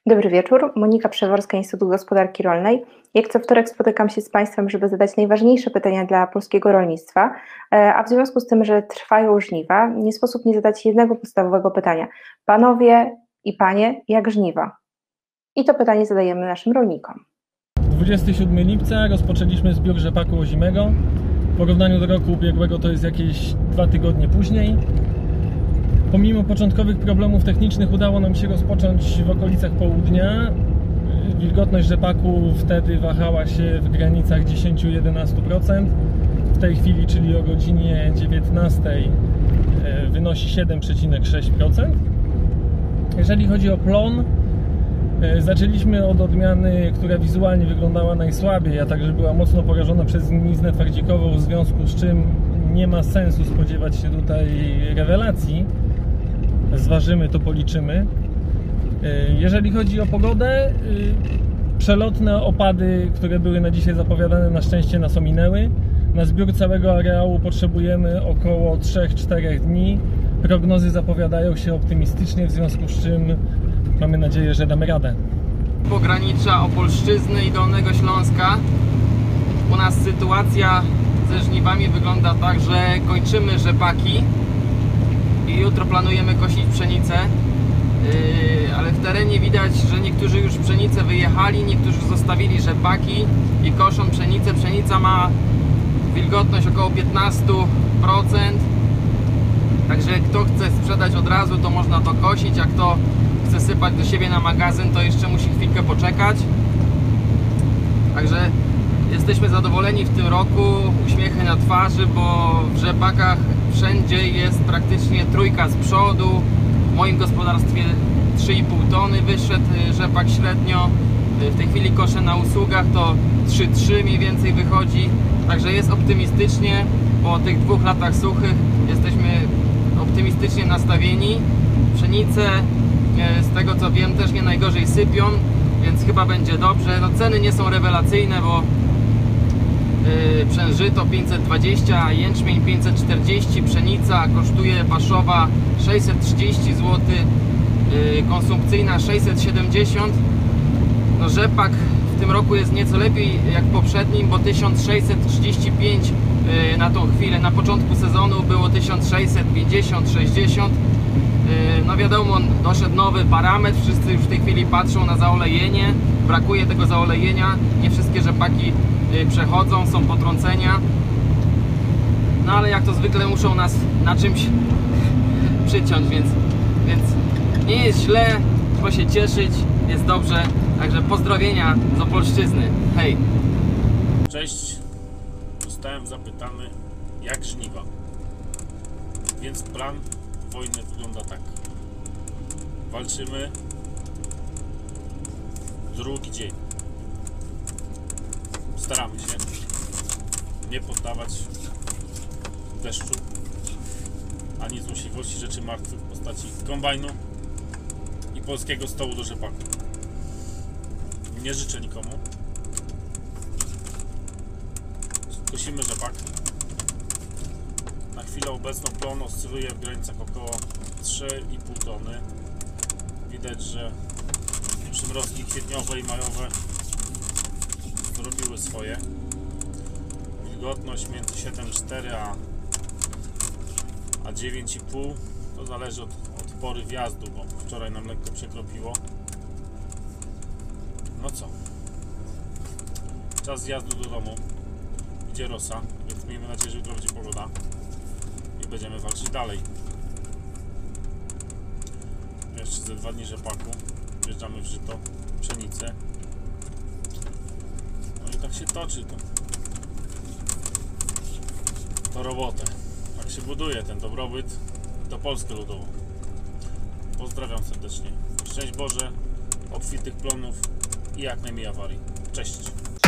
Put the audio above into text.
Dobry wieczór, Monika Przeworska, Instytut Gospodarki Rolnej. Jak co wtorek spotykam się z Państwem, żeby zadać najważniejsze pytania dla polskiego rolnictwa, a w związku z tym, że trwają żniwa, nie sposób nie zadać jednego podstawowego pytania. Panowie i panie, jak żniwa? I to pytanie zadajemy naszym rolnikom. 27 lipca rozpoczęliśmy zbiór rzepaku ozimego. W porównaniu do roku ubiegłego to jest jakieś 2 tygodnie później. Pomimo początkowych problemów technicznych udało nam się rozpocząć w okolicach południa. Wilgotność rzepaku wtedy wahała się w granicach 10-11%. W tej chwili, czyli o godzinie 19, wynosi 7,6%. Jeżeli chodzi o plon, zaczęliśmy od odmiany, która wizualnie wyglądała najsłabiej, a także była mocno porażona przez zgniznę twardzikową, w związku z czym nie ma sensu spodziewać się tutaj rewelacji. Zważymy to, policzymy. Jeżeli chodzi o pogodę, przelotne opady, które były na dzisiaj zapowiadane, na szczęście nas ominęły. Na zbiór całego areału potrzebujemy około 3-4 dni. Prognozy zapowiadają się optymistycznie, w związku z czym mamy nadzieję, że damy radę. Pogranicza Opolszczyzny i Dolnego Śląska. U nas sytuacja ze żniwami wygląda tak, że kończymy rzepaki i jutro planujemy kosić pszenicę, ale w terenie widać, że niektórzy już pszenicę wyjechali, niektórzy zostawili rzepaki i koszą pszenicę. Pszenica ma wilgotność około 15%, także kto chce sprzedać od razu, to można to kosić, a kto chce sypać do siebie na magazyn, to jeszcze musi chwilkę poczekać. Także jesteśmy zadowoleni w tym roku, uśmiechy na twarzy, bo w rzepakach wszędzie jest praktycznie trójka z przodu. W moim gospodarstwie 3,5 tony wyszedł rzepak średnio. W tej chwili koszę na usługach, to 3,3 mniej więcej wychodzi. Także jest optymistycznie. Po tych 2 latach suchych jesteśmy optymistycznie nastawieni. Pszenice, z tego co wiem, też nie najgorzej sypią, więc chyba będzie dobrze. No, ceny nie są rewelacyjne, bo przężyto 520, a jęczmień 540, pszenica kosztuje paszowa 630 zł, konsumpcyjna 670. No, rzepak w tym roku jest nieco lepiej jak w poprzednim, bo 1635 na tą chwilę. Na początku sezonu było 1650-60. No wiadomo, doszedł nowy parametr, wszyscy już w tej chwili patrzą na zaolejenie, brakuje tego zaolejenia, nie wszystkie rzepaki przechodzą, są potrącenia. No ale jak to zwykle muszą nas na czymś przyciąć, więc nie jest źle, trzeba się cieszyć, jest dobrze. Także pozdrowienia z Opolszczyzny. Hej! Cześć, zostałem zapytany, jak żniwa. Więc plan wojny wygląda tak. Walczymy drugi dzień. Staramy się nie poddawać deszczu ani złośliwości rzeczy martwych w postaci kombajnu i polskiego stołu do rzepaku. Nie życzę nikomu. Kosimy rzepak. Na chwilę obecną plon oscyluje w granicach około 3,5 tony. Widać, że przymrozki kwietniowe i majowe zrobiły swoje. Wilgotność między 7,4 a 9,5. To zależy od pory wjazdu, bo wczoraj nam lekko przekropiło. No co? Czas zjazdu do domu. Idzie rosa, więc miejmy nadzieję, że jutro będzie pogoda i będziemy walczyć dalej. Jeszcze ze 2 dni rzepaku. Wjeżdżamy w żyto, pszenicę. No i tak się toczy to robotę. Tak się buduje ten dobrobyt, to Polskę ludową. Pozdrawiam serdecznie. Szczęść Boże, obfitych plonów i jak najmniej awarii. Cześć!